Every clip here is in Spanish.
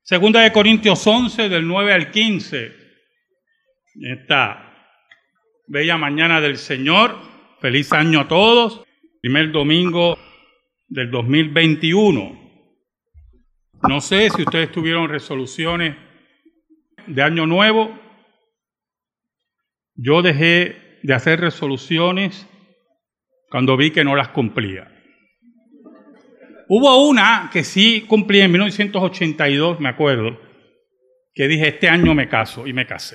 Segunda de Corintios 11, del 9 al 15. Esta bella mañana del Señor. Feliz año a todos. Primer domingo del 2021. No sé si ustedes tuvieron resoluciones de año nuevo. Yo dejé de hacer resoluciones cuando vi que no las cumplía. Hubo una que sí cumplí en 1982, me acuerdo, que dije, este año me caso, y me casé.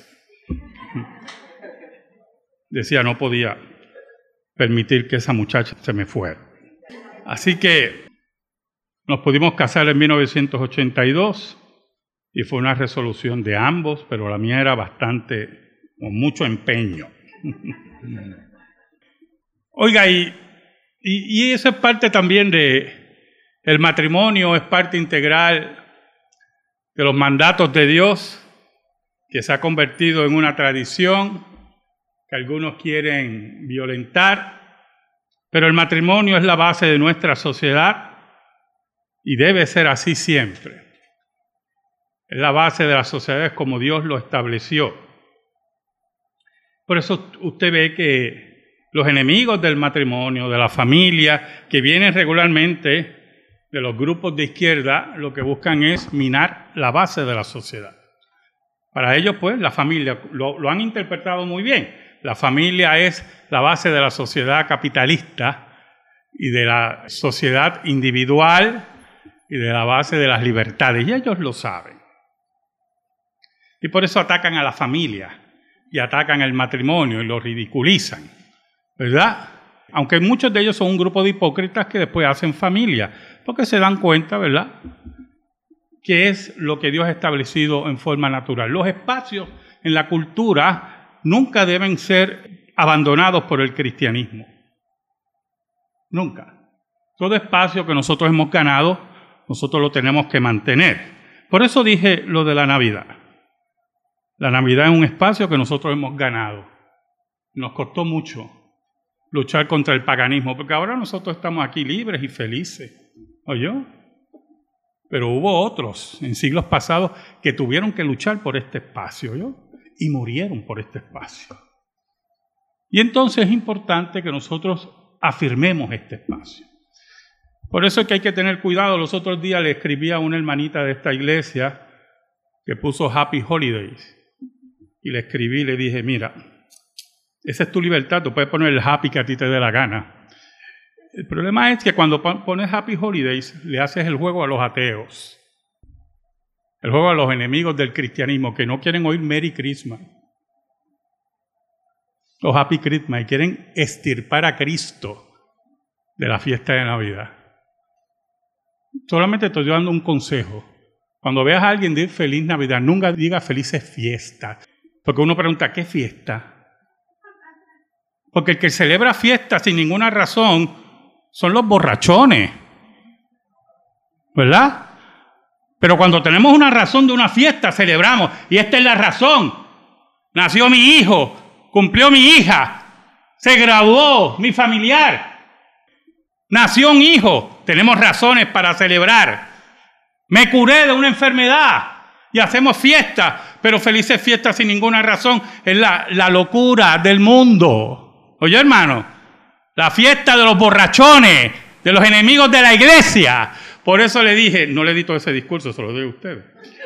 Decía, no podía permitir que esa muchacha se me fuera. Así que nos pudimos casar en 1982 y fue una resolución de ambos, pero la mía era bastante, con mucho empeño. Oiga, y eso es parte también el matrimonio, es parte integral de los mandatos de Dios, que se ha convertido en una tradición que algunos quieren violentar, pero el matrimonio es la base de nuestra sociedad y debe ser así siempre. Es la base de las sociedades como Dios lo estableció. Por eso usted ve que los enemigos del matrimonio, de la familia, que vienen regularmente de los grupos de izquierda, lo que buscan es minar la base de la sociedad. Para ellos, pues, la familia, lo han interpretado muy bien. La familia es la base de la sociedad capitalista y de la sociedad individual y de la base de las libertades. Y ellos lo saben. Y por eso atacan a la familia y atacan el matrimonio y lo ridiculizan, ¿verdad? Aunque muchos de ellos son un grupo de hipócritas que después hacen familia, porque se dan cuenta, ¿verdad?, que es lo que Dios ha establecido en forma natural. Los espacios en la cultura nunca deben ser abandonados por el cristianismo. Nunca. Todo espacio que nosotros hemos ganado, nosotros lo tenemos que mantener. Por eso dije lo de la Navidad. La Navidad es un espacio que nosotros hemos ganado. Nos costó mucho luchar contra el paganismo, porque ahora nosotros estamos aquí libres y felices. ¿Oyó? Pero hubo otros en siglos pasados que tuvieron que luchar por este espacio, ¿oyó? Y murieron por este espacio. Y entonces es importante que nosotros afirmemos este espacio. Por eso es que hay que tener cuidado. Los otros días le escribí a una hermanita de esta iglesia que puso Happy Holidays. Y le escribí y le dije, mira, esa es tu libertad, tú puedes poner el happy que a ti te dé la gana. El problema es que cuando pones Happy Holidays, le haces el juego a los ateos, el juego a los enemigos del cristianismo, que no quieren oír Merry Christmas, los Happy Christmas, y quieren extirpar a Cristo de la fiesta de Navidad. Solamente te estoy dando un consejo. Cuando veas a alguien decir Feliz Navidad, nunca diga felices fiestas. Porque uno pregunta, ¿qué fiesta? Porque el que celebra fiestas sin ninguna razón son los borrachones, ¿verdad? Pero cuando tenemos una razón de una fiesta, celebramos. Y esta es la razón. Nació mi hijo, cumplió mi hija, se graduó mi familiar. Nació un hijo, tenemos razones para celebrar. Me curé de una enfermedad y hacemos fiestas, pero felices fiestas sin ninguna razón. Es la locura del mundo. Oye, hermano, la fiesta de los borrachones, de los enemigos de la iglesia. Por eso le dije, no le di todo ese discurso, se lo doy a ustedes.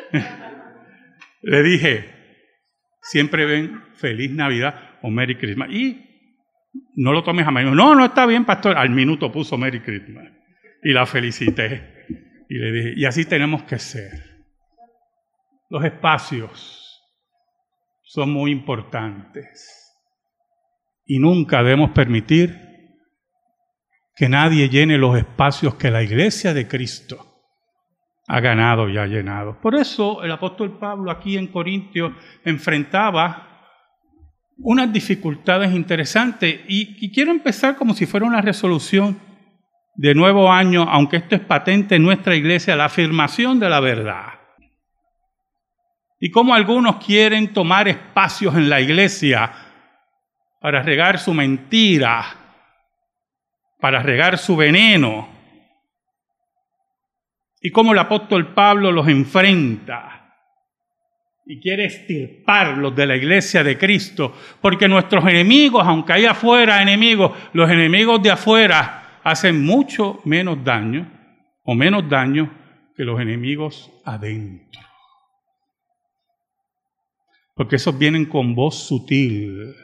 Le dije, siempre ven Feliz Navidad o Merry Christmas. Y no lo tomes a mano. No está bien, pastor. Al minuto puso Merry Christmas. Y la felicité. Y le dije, y así tenemos que ser. Los espacios son muy importantes. Y nunca debemos permitir que nadie llene los espacios que la iglesia de Cristo ha ganado y ha llenado. Por eso el apóstol Pablo aquí en Corintios enfrentaba unas dificultades interesantes y quiero empezar como si fuera una resolución de nuevo año, aunque esto es patente en nuestra iglesia, la afirmación de la verdad. Y cómo algunos quieren tomar espacios en la iglesia para regar su mentira, para regar su veneno. y cómo el apóstol Pablo los enfrenta y quiere extirparlos de la iglesia de Cristo, porque nuestros enemigos, aunque hay afuera enemigos, los enemigos de afuera hacen mucho menos daño o menos daño que los enemigos adentro. Porque esos vienen con voz sutil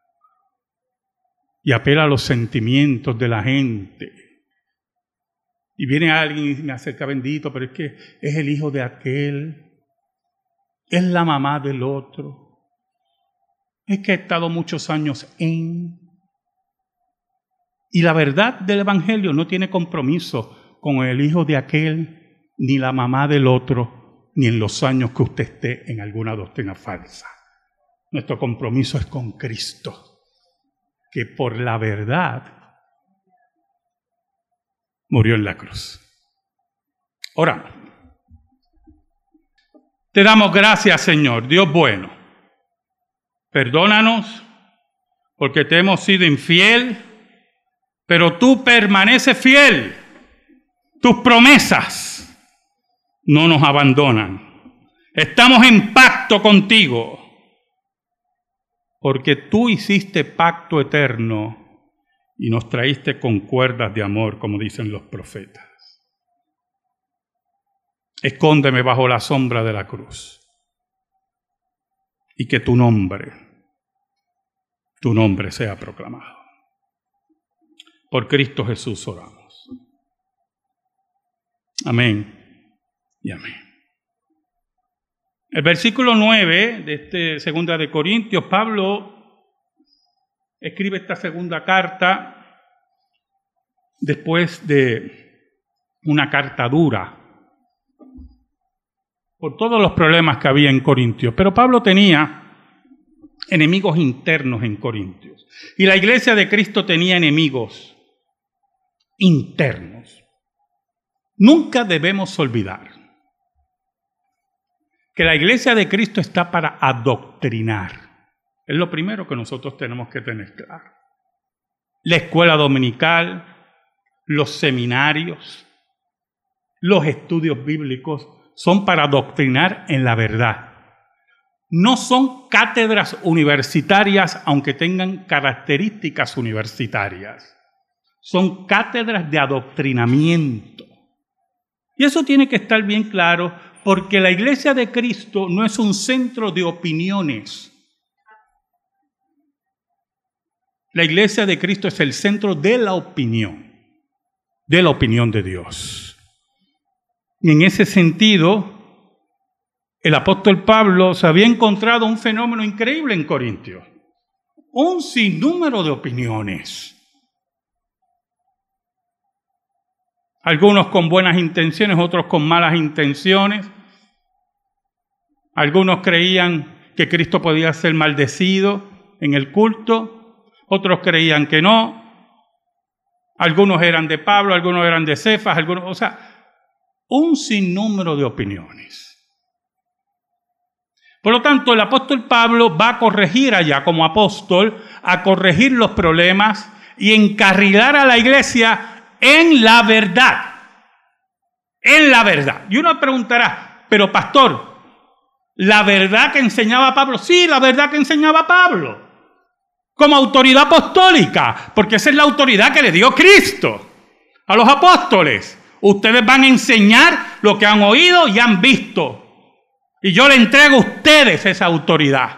y apela a los sentimientos de la gente. Y viene alguien y me acerca, bendito, pero es que es el hijo de aquel, es la mamá del otro, es que ha estado muchos años en... Y la verdad del Evangelio no tiene compromiso con el hijo de aquel, ni la mamá del otro, ni en los años que usted esté en alguna doctrina falsa. Nuestro compromiso es con Cristo, que por la verdad murió en la cruz. Oramos. Te damos gracias, Señor, Dios bueno. Perdónanos porque te hemos sido infiel, pero tú permaneces fiel. Tus promesas no nos abandonan. Estamos en pacto contigo, porque tú hiciste pacto eterno y nos traíste con cuerdas de amor, como dicen los profetas. Escóndeme bajo la sombra de la cruz y que tu nombre sea proclamado. Por Cristo Jesús oramos. Amén y amén. El versículo 9 de segunda de Corintios, Pablo escribe esta segunda carta después de una carta dura por todos los problemas que había en Corintios. Pero Pablo tenía enemigos internos en Corintios. Y la iglesia de Cristo tenía enemigos internos. Nunca debemos olvidar que la iglesia de Cristo está para adoctrinar. Es lo primero que nosotros tenemos que tener claro. La escuela dominical, los seminarios, los estudios bíblicos son para adoctrinar en la verdad. No son cátedras universitarias, aunque tengan características universitarias. Son cátedras de adoctrinamiento. Y eso tiene que estar bien claro, porque la iglesia de Cristo no es un centro de opiniones. La iglesia de Cristo es el centro de la opinión de Dios. Y en ese sentido, el apóstol Pablo se había encontrado un fenómeno increíble en Corintios. Un sinnúmero de opiniones. Algunos con buenas intenciones, otros con malas intenciones. Algunos creían que Cristo podía ser maldecido en el culto, otros creían que no. Algunos eran de Pablo, algunos eran de Cefas, un sinnúmero de opiniones. Por lo tanto, el apóstol Pablo va a corregir allá como apóstol, a corregir los problemas y encarrilar a la iglesia en la verdad. En la verdad. Y uno preguntará, pero pastor, ¿la verdad que enseñaba Pablo? Sí, la verdad que enseñaba Pablo. Como autoridad apostólica, porque esa es la autoridad que le dio Cristo a los apóstoles. Ustedes van a enseñar lo que han oído y han visto. Y yo le entrego a ustedes esa autoridad.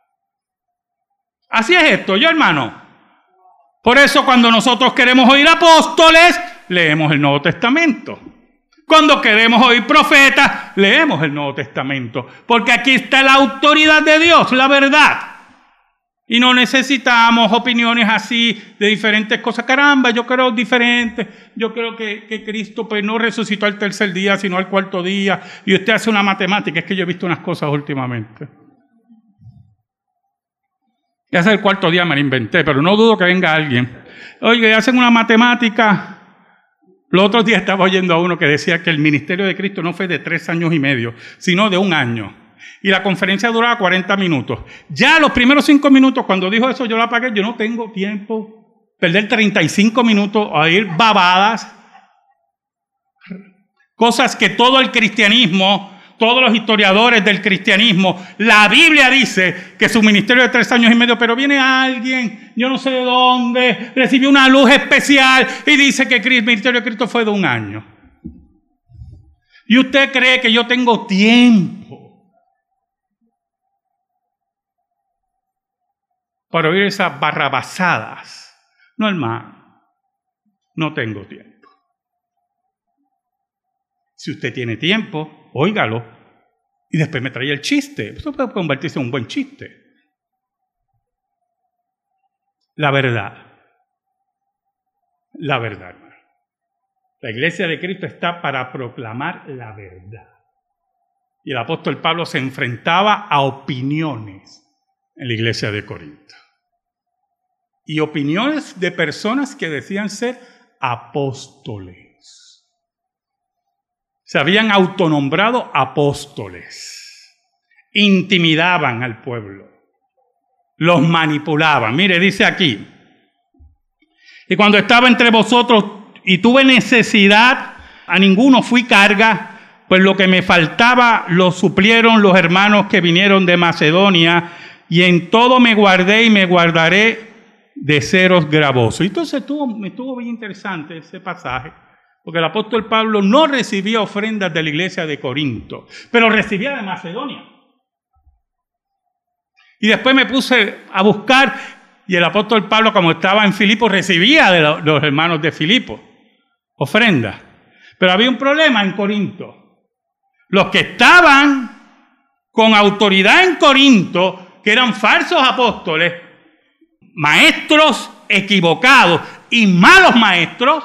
Así es esto, yo hermano. Por eso cuando nosotros queremos oír apóstoles, leemos el Nuevo Testamento. Cuando queremos oír profetas, leemos el Nuevo Testamento. Porque aquí está la autoridad de Dios, la verdad. Y no necesitamos opiniones así de diferentes cosas. Caramba, yo creo diferente. Yo creo que Cristo pues, no resucitó al tercer día, sino al cuarto día. Y usted hace una matemática. Es que yo he visto unas cosas últimamente. Y hace el cuarto día me la inventé, pero no dudo que venga alguien. Oye, hacen una matemática. Los otros días estaba oyendo a uno que decía que el ministerio de Cristo no fue de 3 años y medio, sino de 1 año. Y la conferencia duraba 40 minutos. Ya los primeros 5 minutos, cuando dijo eso, yo la apagué. Yo no tengo tiempo. Perder 35 minutos a oír babadas. Cosas que todo el cristianismo, todos los historiadores del cristianismo, la Biblia dice que su ministerio de 3 años y medio, pero viene alguien, yo no sé de dónde, recibió una luz especial y dice que el ministerio de Cristo fue de 1 año. ¿Y usted cree que yo tengo tiempo para oír esas barrabasadas? No, hermano, no tengo tiempo. Si usted tiene tiempo, óigalo y después me trae el chiste. Eso puede convertirse en un buen chiste. La verdad, hermano. La iglesia de Cristo está para proclamar la verdad. Y el apóstol Pablo se enfrentaba a opiniones en la iglesia de Corinto. Y opiniones de personas que decían ser apóstoles. Se habían autonombrado apóstoles. Intimidaban al pueblo. Los manipulaban. Mire, dice aquí. Y cuando estaba entre vosotros y tuve necesidad, a ninguno fui carga, pues lo que me faltaba lo suplieron los hermanos que vinieron de Macedonia, y en todo me guardé y me guardaré de seros gravoso. Entonces me estuvo bien interesante ese pasaje, porque el apóstol Pablo no recibía ofrendas de la iglesia de Corinto, pero recibía de Macedonia. Y después me puse a buscar, y el apóstol Pablo, como estaba en Filipo, recibía de los hermanos de Filipo ofrendas. Pero había un problema en Corinto. Los que estaban con autoridad en Corinto, que eran falsos apóstoles, maestros equivocados y malos maestros,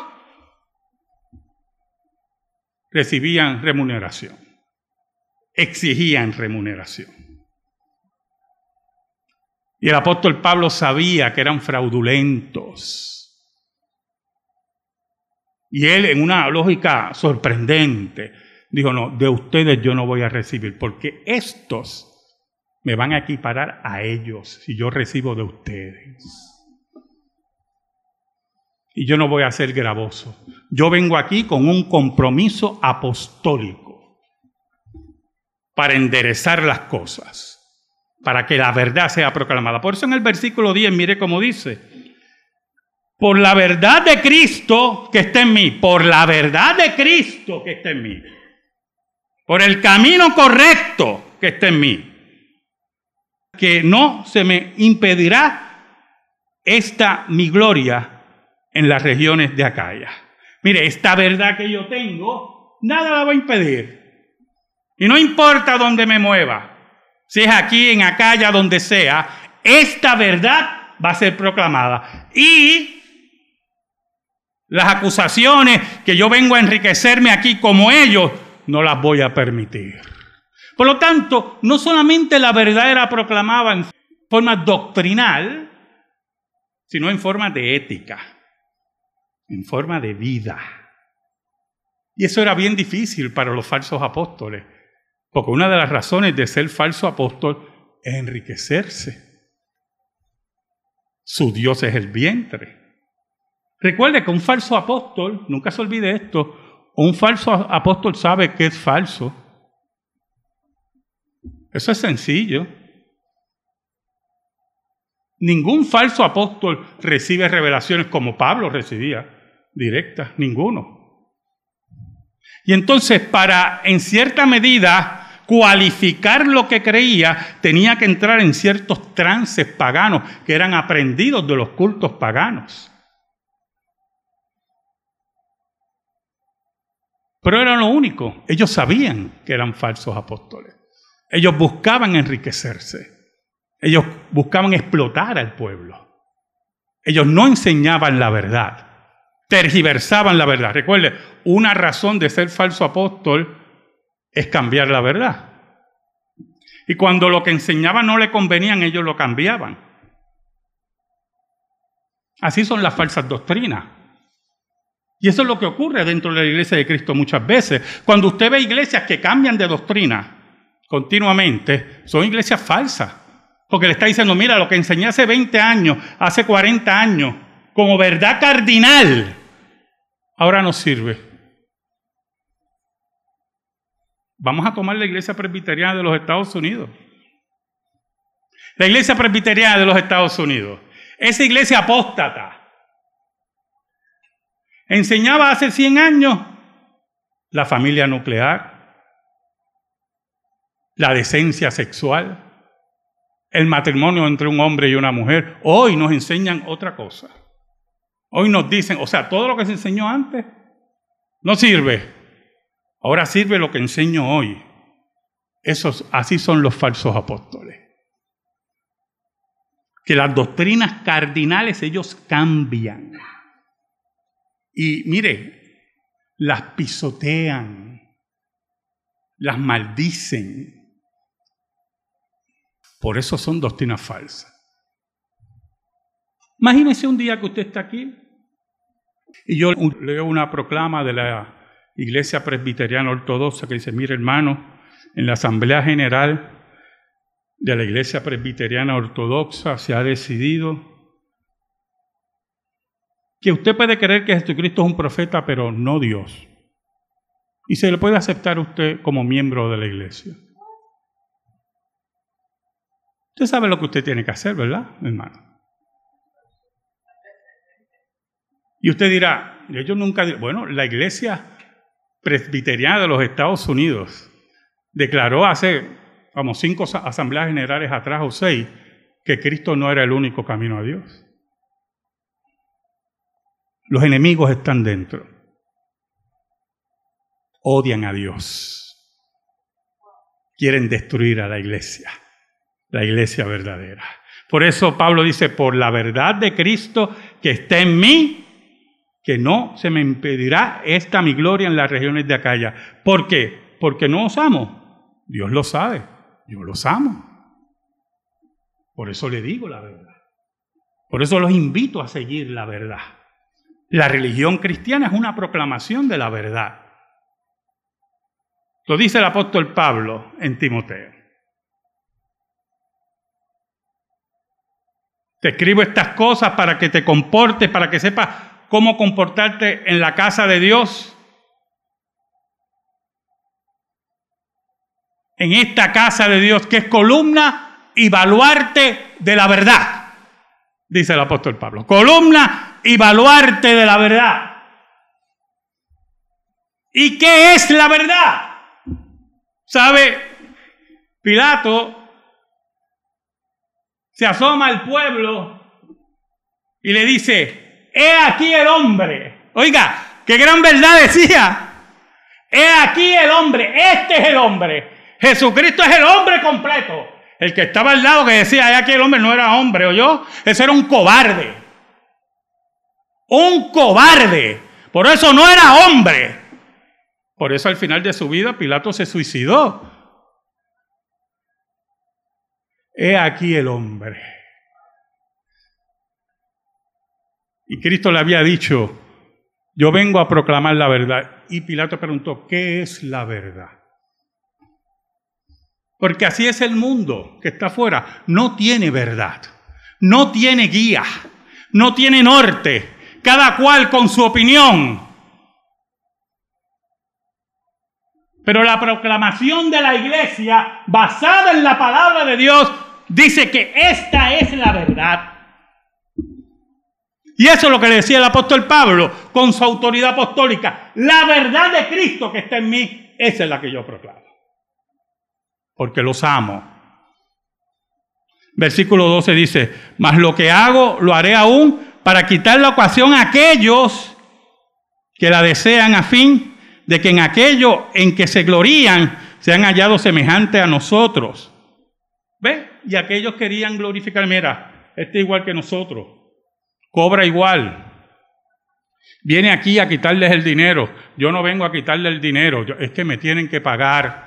recibían remuneración, exigían remuneración. Y el apóstol Pablo sabía que eran fraudulentos. Y él, en una lógica sorprendente, dijo, no, de ustedes yo no voy a recibir, porque estos me van a equiparar a ellos si yo recibo de ustedes. Y yo no voy a ser gravoso. Yo vengo aquí con un compromiso apostólico para enderezar las cosas, para que la verdad sea proclamada. Por eso en el versículo 10, mire cómo dice, por la verdad de Cristo que está en mí, por la verdad de Cristo que está en mí, por el camino correcto que está en mí, que no se me impedirá esta mi gloria en las regiones de Acaya. Mire, esta verdad que yo tengo, nada la va a impedir. Y no importa dónde me mueva, si es aquí, en Acaya, donde sea, esta verdad va a ser proclamada. Y las acusaciones que yo vengo a enriquecerme aquí como ellos, no las voy a permitir. Por lo tanto, no solamente la verdad era proclamada en forma doctrinal, sino en forma de ética, en forma de vida. Y eso era bien difícil para los falsos apóstoles, porque una de las razones de ser falso apóstol es enriquecerse. Su Dios es el vientre. Recuerde que un falso apóstol, nunca se olvide esto, un falso apóstol sabe que es falso. Eso es sencillo. Ningún falso apóstol recibe revelaciones como Pablo recibía, directas, ninguno. Y entonces, para, en cierta medida, cualificar lo que creía, tenía que entrar en ciertos trances paganos que eran aprendidos de los cultos paganos. Pero era lo único. Ellos sabían que eran falsos apóstoles. Ellos buscaban enriquecerse. Ellos buscaban explotar al pueblo. Ellos no enseñaban la verdad. Tergiversaban la verdad. Recuerde, una razón de ser falso apóstol es cambiar la verdad. Y cuando lo que enseñaban no le convenían, ellos lo cambiaban. Así son las falsas doctrinas. Y eso es lo que ocurre dentro de la iglesia de Cristo muchas veces. Cuando usted ve iglesias que cambian de doctrina continuamente, son iglesias falsas. Porque le está diciendo, mira, lo que enseñé hace 20 años, hace 40 años, como verdad cardinal, ahora no sirve. Vamos a tomar la Iglesia Presbiteriana de los Estados Unidos. La Iglesia Presbiteriana de los Estados Unidos, esa iglesia apóstata, enseñaba hace 100 años la familia nuclear, la decencia sexual, el matrimonio entre un hombre y una mujer. Hoy nos enseñan otra cosa. Hoy nos dicen, o sea, todo lo que se enseñó antes no sirve. Ahora sirve lo que enseño hoy. Así son los falsos apóstoles. Que las doctrinas cardinales ellos cambian. Y mire, las pisotean, las maldicen. Por eso son doctrinas falsas. Imagínese un día que usted está aquí y yo leo una proclama de la Iglesia Presbiteriana Ortodoxa que dice, mire hermano, en la Asamblea General de la Iglesia Presbiteriana Ortodoxa se ha decidido que usted puede creer que Jesucristo es un profeta, pero no Dios. Y se le puede aceptar a usted como miembro de la iglesia. Usted sabe lo que usted tiene que hacer, ¿verdad, hermano? Y usted dirá, ellos nunca... Bueno, la Iglesia Presbiteriana de los Estados Unidos declaró hace como 5 asambleas generales atrás o 6, que Cristo no era el único camino a Dios. Los enemigos están dentro. Odian a Dios. Quieren destruir a la iglesia verdadera. Por eso Pablo dice, por la verdad de Cristo que está en mí, que no se me impedirá esta mi gloria en las regiones de Acaya. ¿Por qué? Porque no os amo. Dios lo sabe. Yo los amo. Por eso le digo la verdad. Por eso los invito a seguir la verdad. La religión cristiana es una proclamación de la verdad. Lo dice el apóstol Pablo en Timoteo. Te escribo estas cosas para que te comportes, para que sepas cómo comportarte en la casa de Dios. En esta casa de Dios, que es columna y baluarte de la verdad, dice el apóstol Pablo. Columna y baluarte de la verdad. ¿Y qué es la verdad? ¿Sabe? Pilato se asoma al pueblo y le dice, he aquí el hombre. Oiga, qué gran verdad decía. He aquí el hombre, este es el hombre. Jesucristo es el hombre completo. El que estaba al lado que decía, he aquí el hombre, no era hombre, ¿oyó? Ese era un cobarde. Un cobarde. Por eso no era hombre. Por eso al final de su vida Pilato se suicidó. He aquí el hombre. Y Cristo le había dicho, yo vengo a proclamar la verdad. Y Pilato preguntó, ¿qué es la verdad? Porque así es el mundo que está afuera. No tiene verdad, no tiene guía, no tiene norte. Cada cual con su opinión. Pero la proclamación de la iglesia, basada en la palabra de Dios, dice que esta es la verdad. Y eso es lo que le decía el apóstol Pablo con su autoridad apostólica. La verdad de Cristo que está en mí, esa es la que yo proclamo. Porque los amo. Versículo 12 dice, mas lo que hago lo haré aún para quitar la ocasión a aquellos que la desean, a fin de que en aquello en que se glorían sean hallados semejantes a nosotros. ¿Ves? Y aquellos querían glorificar, mira, este es igual que nosotros, cobra igual, viene aquí a quitarles el dinero. Yo no vengo a quitarle el dinero, es que me tienen que pagar.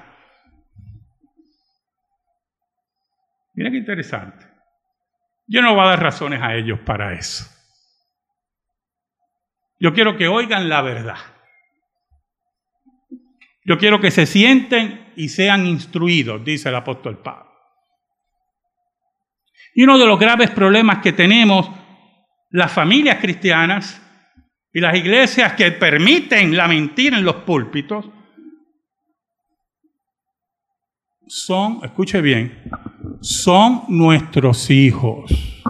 Mira qué interesante. Yo no voy a dar razones a ellos para eso. Yo quiero que oigan la verdad. Yo quiero que se sienten y sean instruidos, dice el apóstol Pablo. Y uno de los graves problemas que tenemos las familias cristianas y las iglesias que permiten la mentira en los púlpitos son, escuche bien, son nuestros hijos.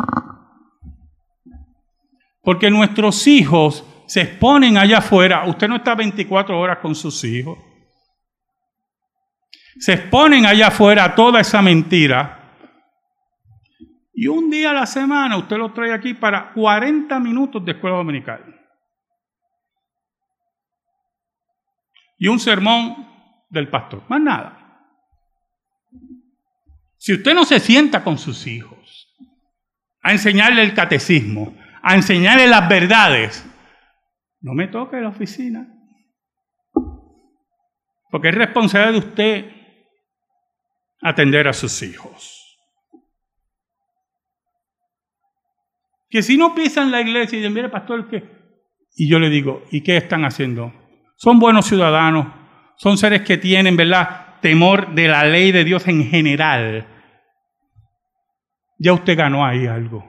Porque nuestros hijos se exponen allá afuera. Usted no está 24 horas con sus hijos. Se exponen allá afuera a toda esa mentira. Y un día a la semana usted los trae aquí para 40 minutos de escuela dominical. Y un sermón del pastor. Más nada. Si usted no se sienta con sus hijos a enseñarle el catecismo, a enseñarle las verdades, no me toque la oficina. Porque es responsabilidad de usted atender a sus hijos. Que si no pisan la iglesia y dicen, mire pastor, ¿qué? Y yo le digo, ¿y qué están haciendo? Son buenos ciudadanos, son seres que tienen, ¿verdad?, temor de la ley de Dios en general. Ya usted ganó ahí algo.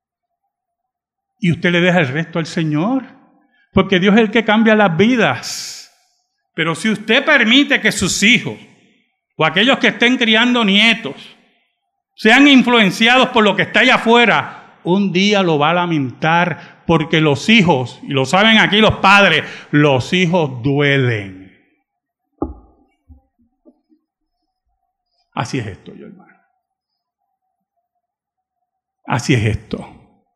Y usted le deja el resto al Señor. Porque Dios es el que cambia las vidas. Pero si usted permite que sus hijos o aquellos que estén criando nietos sean influenciados por lo que está allá afuera, un día lo va a lamentar, porque los hijos, y lo saben aquí los padres, los hijos duelen. Así es esto, yo hermano. Así es esto.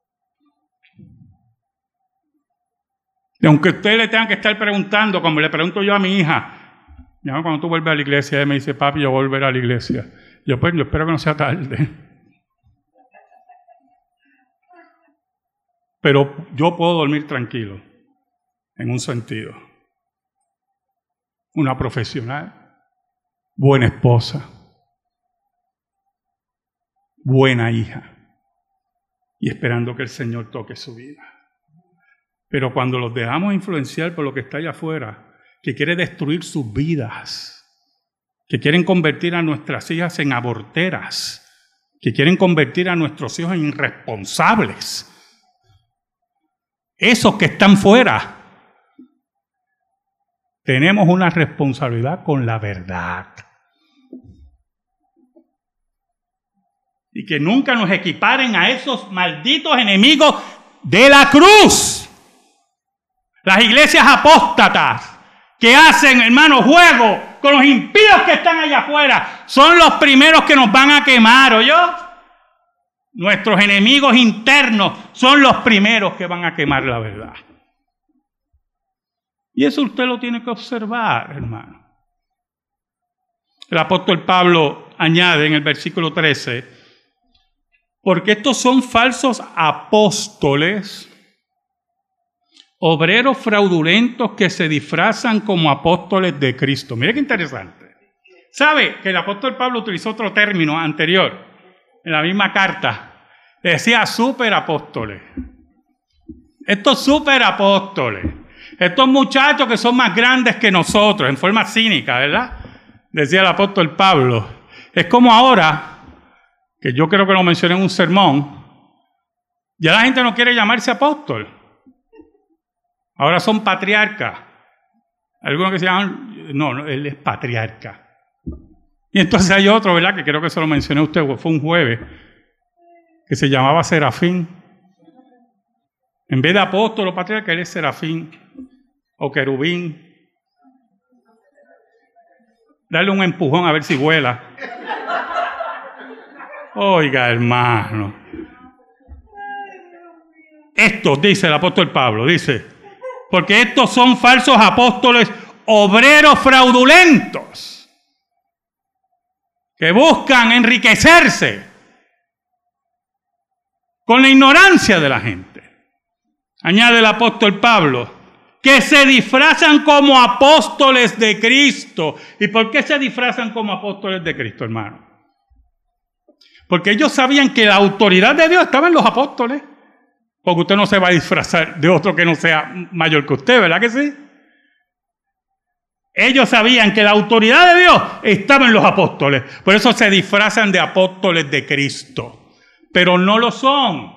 Y aunque usted le tenga que estar preguntando, como le pregunto yo a mi hija, cuando tú vuelves a la iglesia, ella me dice, papi, yo voy a volver a la iglesia. Yo espero que no sea tarde. Pero yo puedo dormir tranquilo, en un sentido. Una profesional, buena esposa, buena hija, y esperando que el Señor toque su vida. Pero cuando los dejamos influenciar por lo que está allá afuera, que quiere destruir sus vidas, que quieren convertir a nuestras hijas en aborteras, que quieren convertir a nuestros hijos en irresponsables, esos que están fuera, tenemos una responsabilidad con la verdad. Y que nunca nos equiparen a esos malditos enemigos de la cruz. Las iglesias apóstatas que hacen, hermano, juego con los impíos que están allá afuera, son los primeros que nos van a quemar, ¿oyó? Nuestros enemigos internos son los primeros que van a quemar la verdad. Y eso usted lo tiene que observar, hermano. El apóstol Pablo añade en el versículo 13, porque estos son falsos apóstoles, obreros fraudulentos que se disfrazan como apóstoles de Cristo. Mire qué interesante. ¿Sabe que el apóstol Pablo utilizó otro término anterior en la misma carta? Decía superapóstoles. Estos superapóstoles, estos muchachos que son más grandes que nosotros, en forma cínica, ¿verdad? Decía el apóstol Pablo. Es como ahora, que yo creo que lo mencioné en un sermón, ya la gente no quiere llamarse apóstol. Ahora son patriarcas. Algunos que se llaman, no, él es patriarca. Y entonces hay otro, ¿verdad?, que creo que se lo mencioné a usted, fue un jueves, que se llamaba Serafín. En vez de apóstol o patriarca, él es Serafín o querubín. Darle un empujón a ver si vuela. Oiga, hermano. Esto, dice el apóstol Pablo, dice, porque estos son falsos apóstoles, obreros fraudulentos, que buscan enriquecerse con la ignorancia de la gente. Añade el apóstol Pablo, que se disfrazan como apóstoles de Cristo. ¿Y por qué se disfrazan como apóstoles de Cristo, hermano? Porque ellos sabían que la autoridad de Dios estaba en los apóstoles. Porque usted no se va a disfrazar de otro que no sea mayor que usted, ¿verdad que sí? Ellos sabían que la autoridad de Dios estaba en los apóstoles. Por eso se disfrazan de apóstoles de Cristo. Pero no lo son.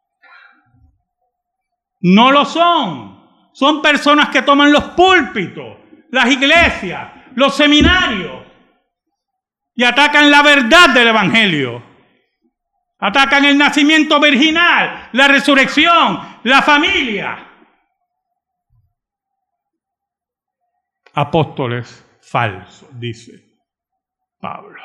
No lo son. Son personas que toman los púlpitos, las iglesias, los seminarios. Y atacan la verdad del Evangelio. Atacan el nacimiento virginal, la resurrección, la familia. Apóstoles falsos, dice Pablo.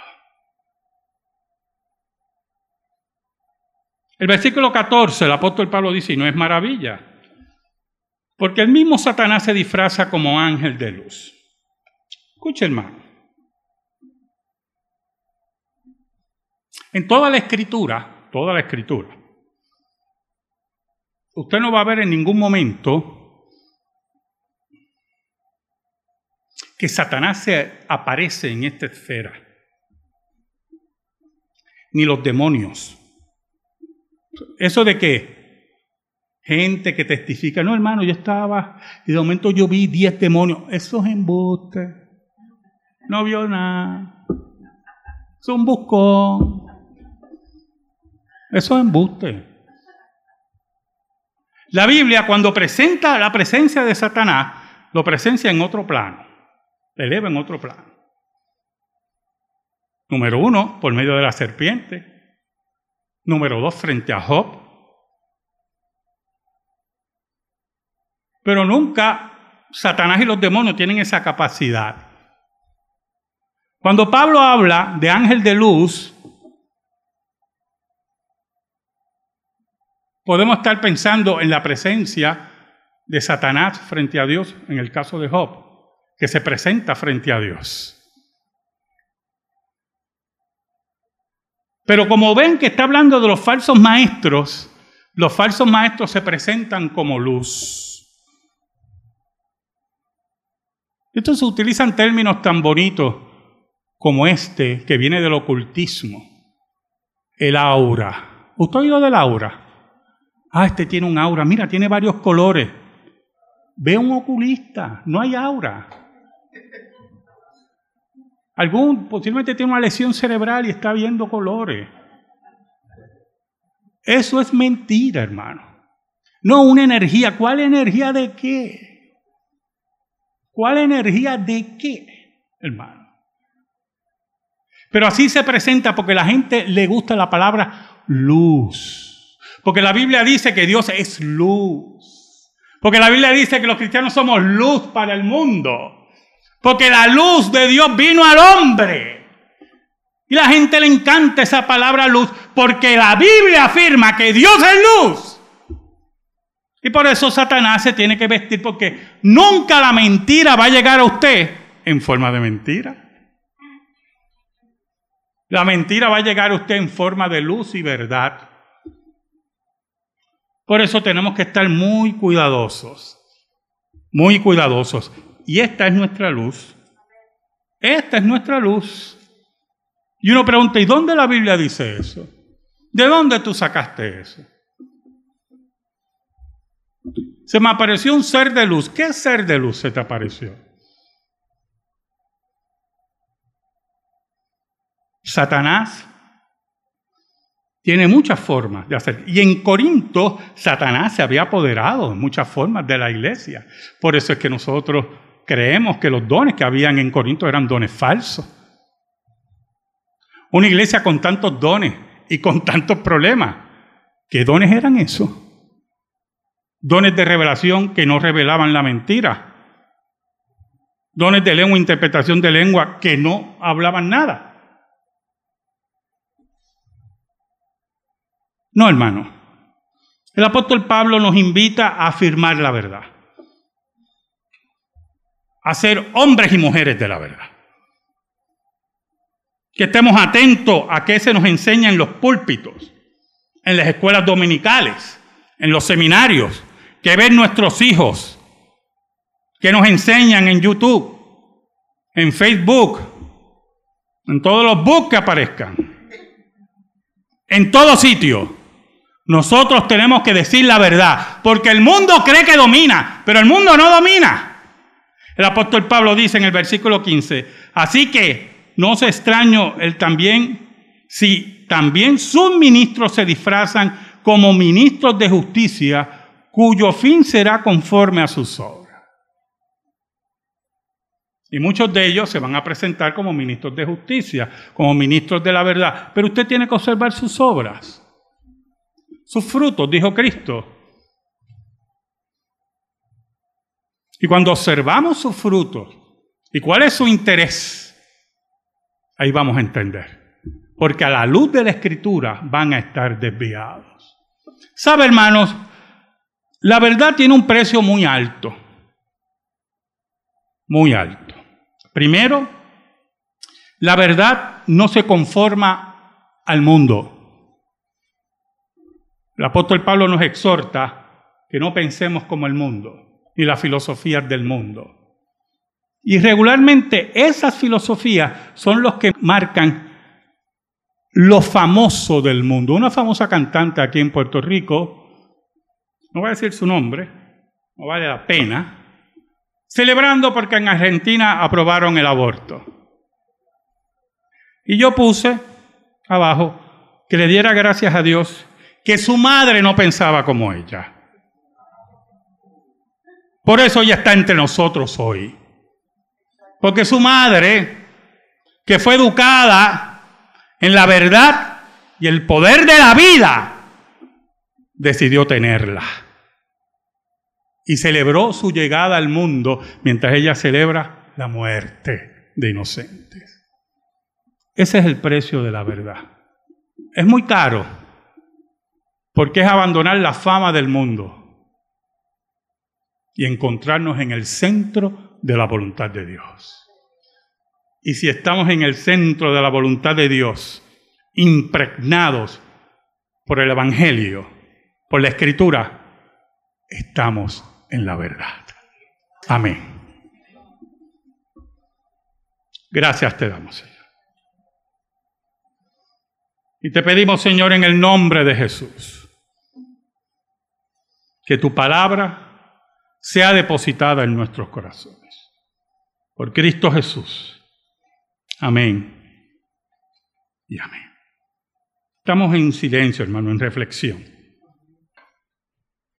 El versículo 14, el apóstol Pablo dice, y no es maravilla, porque el mismo Satanás se disfraza como ángel de luz. Escuche, hermano. En toda la escritura, usted no va a ver en ningún momento que Satanás se aparece en esta esfera, ni los demonios. Eso de que gente que testifica, no hermano, yo estaba y de momento yo vi 10 demonios, eso es embuste, no vio nada, es un buscón. Eso es embuste. La Biblia, cuando presenta la presencia de Satanás, lo presencia en otro plano, lo eleva en otro plano. Número 1, por medio de la serpiente. Número 2, frente a Job. Pero nunca Satanás y los demonios tienen esa capacidad. Cuando Pablo habla de ángel de luz, podemos estar pensando en la presencia de Satanás frente a Dios, en el caso de Job, que se presenta frente a Dios. Pero como ven que está hablando de los falsos maestros se presentan como luz. Entonces utilizan términos tan bonitos como este, que viene del ocultismo, el aura. ¿Usted ha oído del aura? Este tiene un aura, mira, tiene varios colores. Ve a un oculista, no hay aura. Posiblemente tiene una lesión cerebral y está viendo colores. Eso es mentira, hermano. No una energía. ¿Cuál energía de qué? ¿Cuál energía de qué, hermano? Pero así se presenta porque a la gente le gusta la palabra luz. Porque la Biblia dice que Dios es luz. Porque la Biblia dice que los cristianos somos luz para el mundo. Porque la luz de Dios vino al hombre. Y a la gente le encanta esa palabra luz porque la Biblia afirma que Dios es luz. Y por eso Satanás se tiene que vestir, porque nunca la mentira va a llegar a usted en forma de mentira. La mentira va a llegar a usted en forma de luz y verdad. Por eso tenemos que estar muy cuidadosos. Muy cuidadosos. Y esta es nuestra luz. Esta es nuestra luz. Y uno pregunta, ¿y dónde la Biblia dice eso? ¿De dónde tú sacaste eso? Se me apareció un ser de luz. ¿Qué ser de luz se te apareció? Satanás tiene muchas formas de hacer. Y en Corinto, Satanás se había apoderado en muchas formas de la iglesia. Por eso es que nosotros creemos que los dones que habían en Corinto eran dones falsos. Una iglesia con tantos dones y con tantos problemas. ¿Qué dones eran esos? Dones de revelación que no revelaban la mentira. Dones de lengua, interpretación de lengua que no hablaban nada. No, hermano. El apóstol Pablo nos invita a afirmar la verdad. A ser hombres y mujeres de la verdad. Que estemos atentos a qué se nos enseña en los púlpitos, en las escuelas dominicales, en los seminarios, que ven nuestros hijos, que nos enseñan en YouTube, en Facebook, en todos los books que aparezcan, en todo sitio. Nosotros tenemos que decir la verdad, porque el mundo cree que domina, pero el mundo no domina. El apóstol Pablo dice en el versículo 15, así que no se extraño si también sus ministros se disfrazan como ministros de justicia, cuyo fin será conforme a sus obras. Y muchos de ellos se van a presentar como ministros de justicia, como ministros de la verdad. Pero usted tiene que observar sus obras, sus frutos, dijo Cristo. Y cuando observamos sus frutos y cuál es su interés, ahí vamos a entender. Porque a la luz de la Escritura van a estar desviados. ¿Sabe, hermanos? La verdad tiene un precio muy alto. Muy alto. Primero, la verdad no se conforma al mundo. El apóstol Pablo nos exhorta que no pensemos como el mundo, ni las filosofías del mundo. Y regularmente esas filosofías son los que marcan lo famoso del mundo. Una famosa cantante aquí en Puerto Rico, no voy a decir su nombre, no vale la pena, celebrando porque en Argentina aprobaron el aborto. Y yo puse abajo que le diera gracias a Dios que su madre no pensaba como ella. Por eso ella está entre nosotros hoy. Porque su madre, que fue educada en la verdad y el poder de la vida, decidió tenerla. Y celebró su llegada al mundo mientras ella celebra la muerte de inocentes. Ese es el precio de la verdad. Es muy caro, porque es abandonar la fama del mundo y encontrarnos en el centro de la voluntad de Dios. Y si estamos en el centro de la voluntad de Dios, impregnados por el Evangelio, por la Escritura, estamos en la verdad. Amén. Gracias te damos, Señor. Y te pedimos, Señor, en el nombre de Jesús, que tu palabra sea depositada en nuestros corazones. Por Cristo Jesús. Amén y amén. Estamos en silencio, hermano, en reflexión.